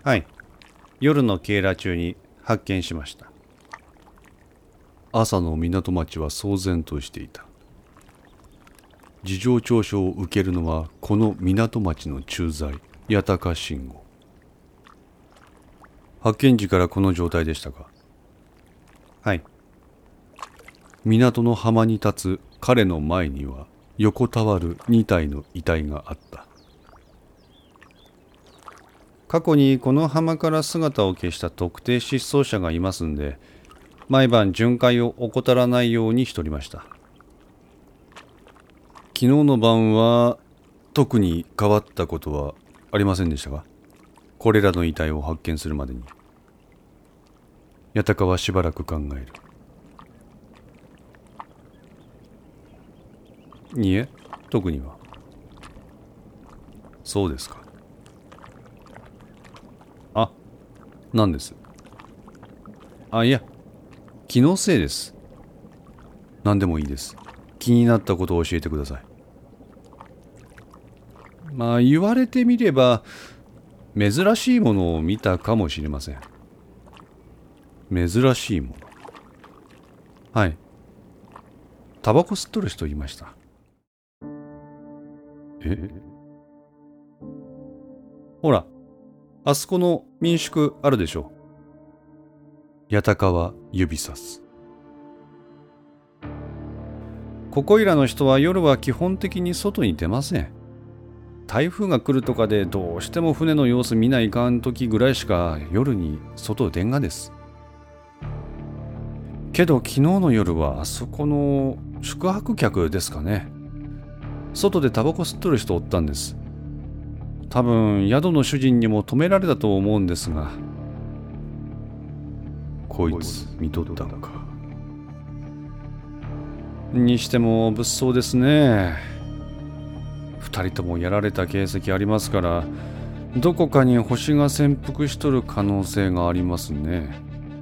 はい。夜の警ら中に発見しました。 朝の港町は騒然としていた。事情聴取を受けるのはこの港町の駐在、八高慎吾。発見時からこの状態でしたか？ はい。 港の浜に立つ彼の前には横たわる2体の遺体があった。 過去にこの浜から姿を消した特定失踪者がいますんで、毎晩巡回を怠らないようにしておりました。 昨日の晩は特に変わったことはありませんでしたか？これらの遺体を発見するまでに。八高はしばらく考える。 いえ、特には。 そうですか。 あ、 何です？ いや、気のせいです。 何でもいいです。気になったことを教えてください。 言われてみれば、珍しいものを見たかもしれません。 珍しいもの？ はい。タバコ吸っとる人いました。ほら、あそこの民宿あるでしょ。 八高は指さす。 ここいらの人は夜は基本的に外に出ません。台風が来るとかでどうしても船の様子見ないかん時ぐらいしか夜に外出んがです。けど昨日の夜はあそこの宿泊客ですかね。外でタバコ吸っとる人おったんです。多分宿の主人にも止められたと思うんですが。 こいつ見とったのか。 にしても物騒ですね。二人ともやられた形跡ありますから、どこかに星が潜伏しとる可能性がありますね。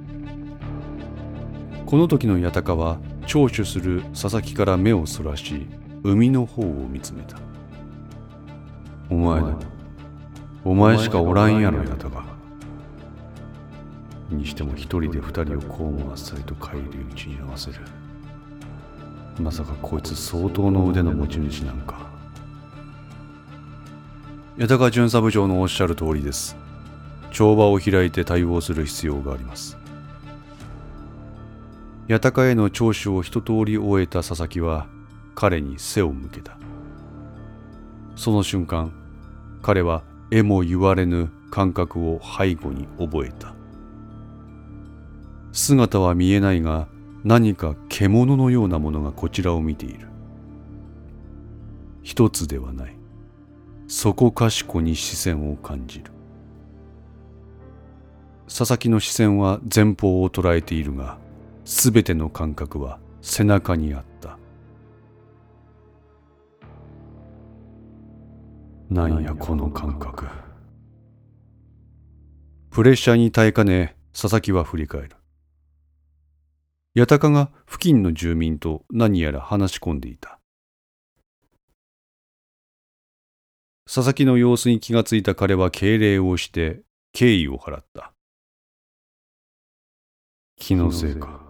この時の八高は聴取する佐々木から目をそらし、海の方を見つめた。お前だ。お前しかおらんやろ、八高。にしても一人で二人をこうもあっさりと返り討ちに合わせる。まさかこいつ相当の腕の持ち主なんか。八高巡査部長のおっしゃる通りです。帳場を開いて対応する必要があります。八高への聴取を一通り終えた佐々木は彼に背を向けた。その瞬間、彼は得も言われぬ感覚を背後に覚えた。姿は見えないが、何か獣のようなものがこちらを見ている。一つではない。そこかしこに視線を感じる。佐々木の視線は前方を捉えているが、すべての感覚は背中にあった。なんやこの感覚。プレッシャーに耐えかね、佐々木は振り返る。八高が付近の住民と何やら話し込んでいた。佐々木の様子に気がついた彼は敬礼をして敬意を払った。気のせいか。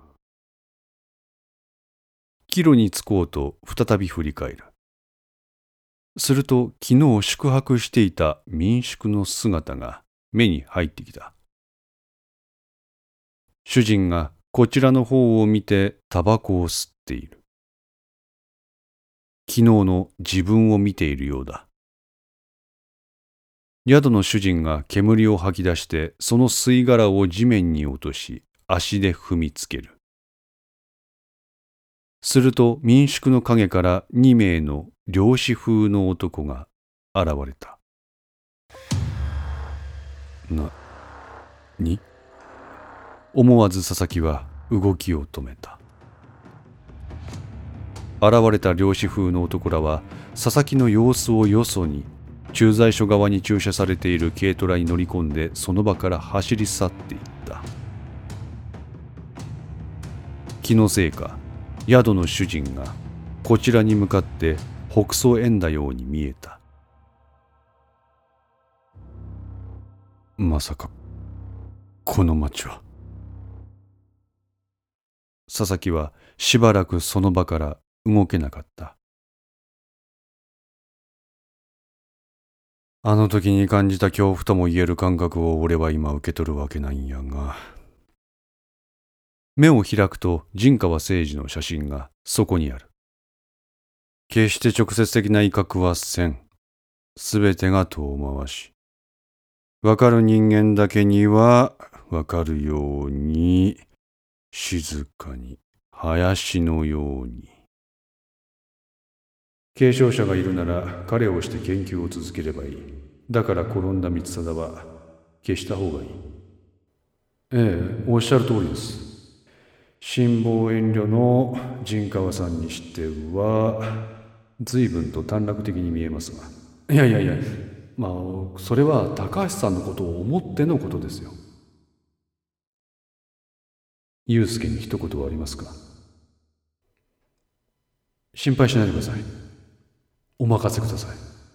帰路に着こうと再び振り返る。すると昨日宿泊していた民宿の姿が目に入ってきた。主人がこちらの方を見てタバコを吸っている。昨日の自分を見ているようだ。宿の主人が煙を吐き出してその吸い殻を地面に落とし足で踏みつける。すると民宿の陰から2名の漁師風の男が現れた。に思わず佐々木は動きを止めた。現れた漁師風の男らは佐々木の様子をよそに駐在所側に駐車されている軽トラに乗り込んでその場から走り去っていった。気のせいか宿の主人がこちらに向かって北総縁だように見えた。 まさかこの町は。佐々木はしばらくその場から動けなかった。あの時に感じた恐怖とも言える感覚を俺は今受け取るわけなんやが。目を開くと陣川誠二の写真がそこにある。決して直接的な威嚇はせん。すべてが遠回し。わかる人間だけにはわかるように、静かに、林のように。継承者がいるなら彼をして研究を続ければいい。だから転んだ光貞は消した方がいい。ええ、おっしゃる通りです。辛抱遠慮の陣川さんにしては随分と短絡的に見えますが。いや、まあそれは高橋さんのことを思ってのことですよ。祐介に一言はありますか？心配しないでください。お任せください。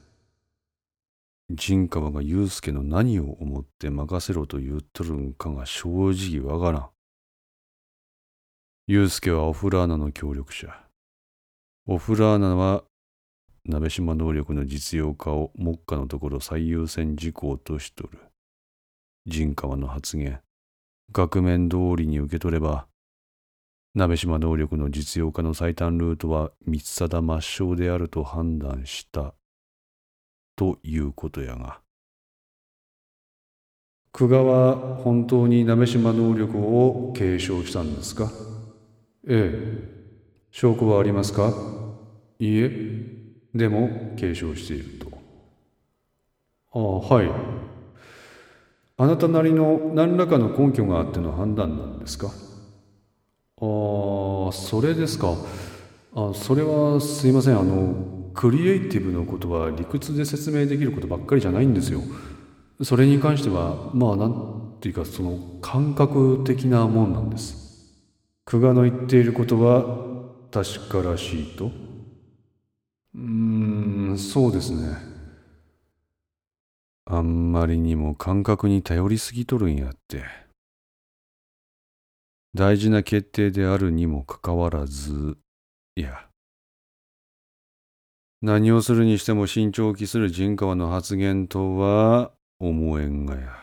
陣川が祐介の何を思って任せろと言っとるんかが正直わからん。祐介はオフラーナの協力者。オフラーナは鍋島能力の実用化を目下のところ最優先事項としとる。陣川の発言、額面通りに受け取れば、鍋島能力の実用化の最短ルートは光貞抹消であると判断したということやが。久我は本当に鍋島能力を継承したんですか？ええ。証拠はありますか？いいえ。でも継承していると。はい。あなたなりの何らかの根拠があっての判断なんですか？それですか。それはすいません。クリエイティブのことは理屈で説明できることばっかりじゃないんですよ。それに関してはなんていうかその感覚的なもんなんです。久我の言っていることは確からしいと。そうですね。あんまりにも感覚に頼りすぎとるんやって。大事な決定であるにもかかわらず、何をするにしても慎重を期する陣川の発言とは思えんがや。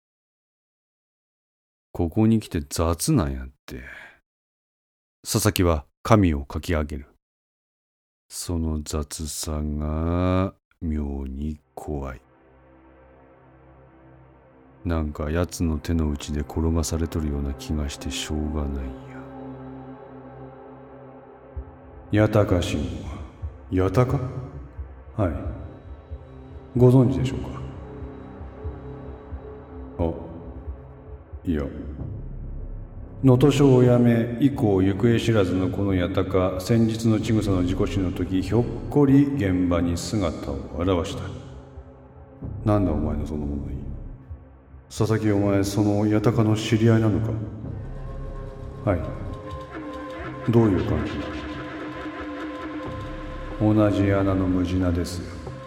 ここに来て雑なんやって。佐々木は髪をかき上げる。その雑さが妙に怖い。なんか奴の手の内で転がされとるような気がしてしょうがないや。八高信吾。八高？はい。ご存知でしょうか？いや。能登省を辞め以降行方知らずのこの八高、先日の千草の事故死の時ひょっこり現場に姿を現した。なんだお前のその物言い。佐々木、お前その八高の知り合いなのか？はい。どういう関係？同じ穴の無地なですよ。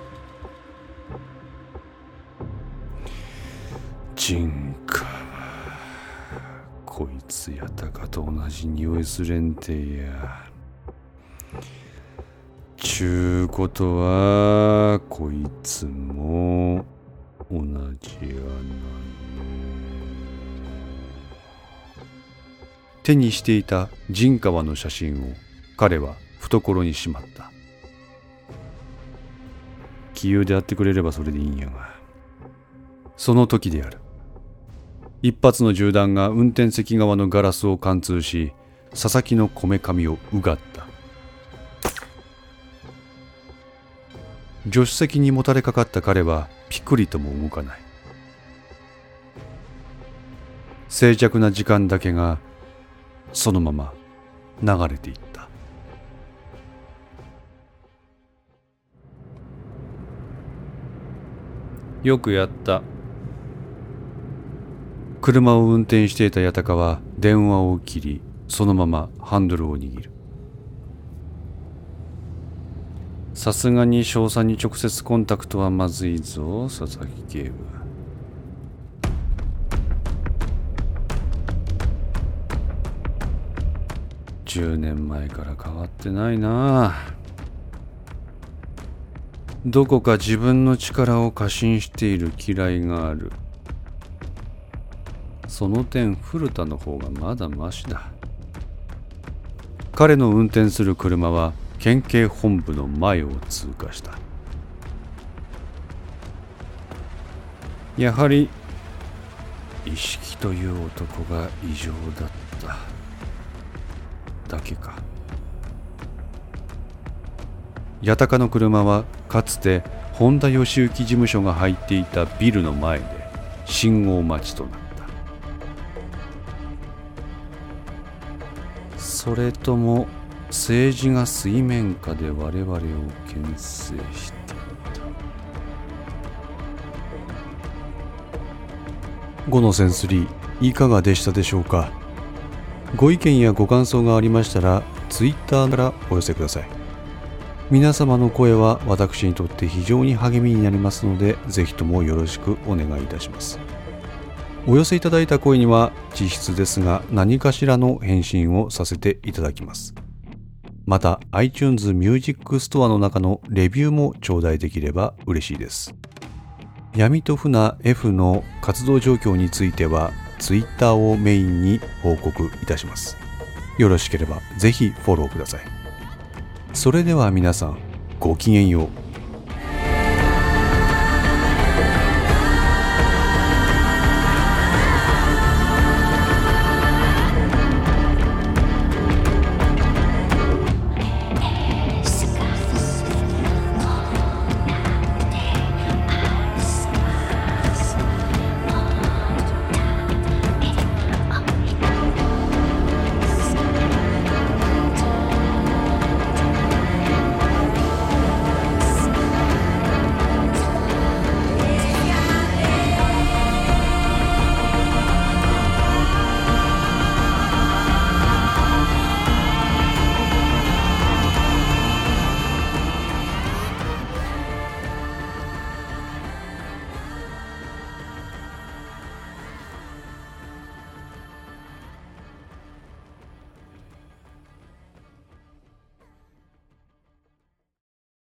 陣川、こいつ八高と同じ匂いすれんてや。ちゅうことはこいつも同じ穴ね。手にしていた陣川の写真を彼は懐にしまった。杞憂であってくれればそれでいいんやが、その時である。一発の銃弾が運転席側のガラスを貫通し、佐々木のこめかみをうがった。助手席にもたれかかった彼はピクリとも動かない。静寂な時間だけがそのまま流れていった。よくやった。車を運転していた八高は電話を切り、そのままハンドルを握る。さすがに少佐に直接コンタクトはまずいぞ、佐々木警部。 10年前から変わってないな。どこか自分の力を過信している嫌いがある。その点古田の方がまだマシだ。彼の運転する車は県警本部の前を通過した。やはり一色という男が異常だっただけか。八鷹の車はかつて本田義行事務所が入っていたビルの前で信号待ちとなった。それとも政治が水面下で我々を牽制していた。 5のセンス3いかがでしたでしょうか。ご意見やご感想がありましたら Twitter からお寄せください。皆様の声は私にとって非常に励みになりますので、ぜひともよろしくお願いいたします。お寄せいただいた声には実質ですが何かしらの返信をさせていただきます。また iTunes Music Store の中のレビューも頂戴できれば嬉しいです。闇と船 F の活動状況については Twitter をメインに報告いたします。よろしければぜひフォローください。それでは皆さんごきげんよう。